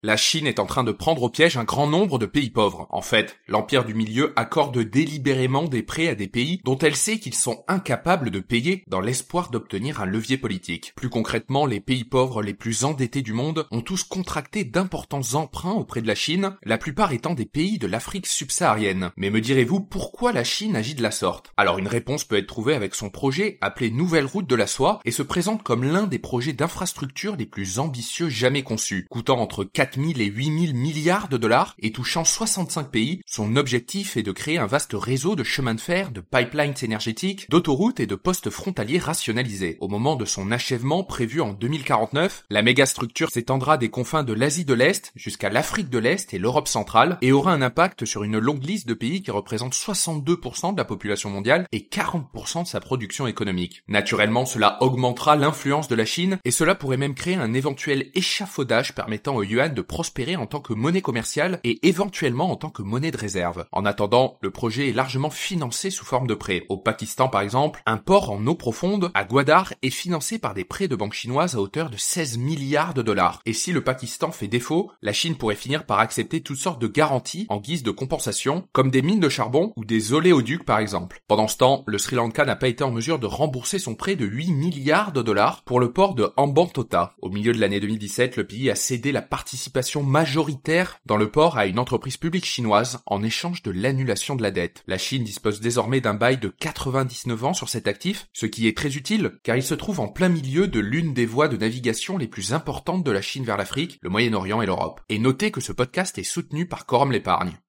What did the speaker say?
La Chine est en train de prendre au piège un grand nombre de pays pauvres. En fait, l'Empire du Milieu accorde délibérément des prêts à des pays dont elle sait qu'ils sont incapables de payer dans l'espoir d'obtenir un levier politique. Plus concrètement, les pays pauvres les plus endettés du monde ont tous contracté d'importants emprunts auprès de la Chine, la plupart étant des pays de l'Afrique subsaharienne. Mais me direz-vous pourquoi la Chine agit de la sorte? Alors une réponse peut être trouvée avec son projet appelé Nouvelle Route de la Soie et se présente comme l'un des projets d'infrastructure les plus ambitieux jamais conçus, coûtant entre 4 000 et 8 000 milliards de dollars et touchant 65 pays. Son objectif est de créer un vaste réseau de chemins de fer, de pipelines énergétiques, d'autoroutes et de postes frontaliers rationalisés. Au moment de son achèvement prévu en 2049, la mégastructure s'étendra des confins de l'Asie de l'Est jusqu'à l'Afrique de l'Est et l'Europe centrale et aura un impact sur une longue liste de pays qui représentent 62% de la population mondiale et 40% de sa production économique. Naturellement, cela augmentera l'influence de la Chine et cela pourrait même créer un éventuel échafaudage permettant au yuan de prospérer en tant que monnaie commerciale et éventuellement en tant que monnaie de réserve. En attendant, le projet est largement financé sous forme de prêts. Au Pakistan par exemple, un port en eau profonde à Gwadar est financé par des prêts de banques chinoises à hauteur de 16 milliards de dollars. Et si le Pakistan fait défaut, la Chine pourrait finir par accepter toutes sortes de garanties en guise de compensation, comme des mines de charbon ou des oléoducs par exemple. Pendant ce temps, le Sri Lanka n'a pas été en mesure de rembourser son prêt de 8 milliards de dollars pour le port de Hambantota. Au milieu de l'année 2017, le pays a cédé la participation majoritaire dans le port à une entreprise publique chinoise en échange de l'annulation de la dette. La Chine dispose désormais d'un bail de 99 ans sur cet actif, ce qui est très utile car il se trouve en plein milieu de l'une des voies de navigation les plus importantes de la Chine vers l'Afrique, le Moyen-Orient et l'Europe. Et notez que ce podcast est soutenu par Quorum l'épargne.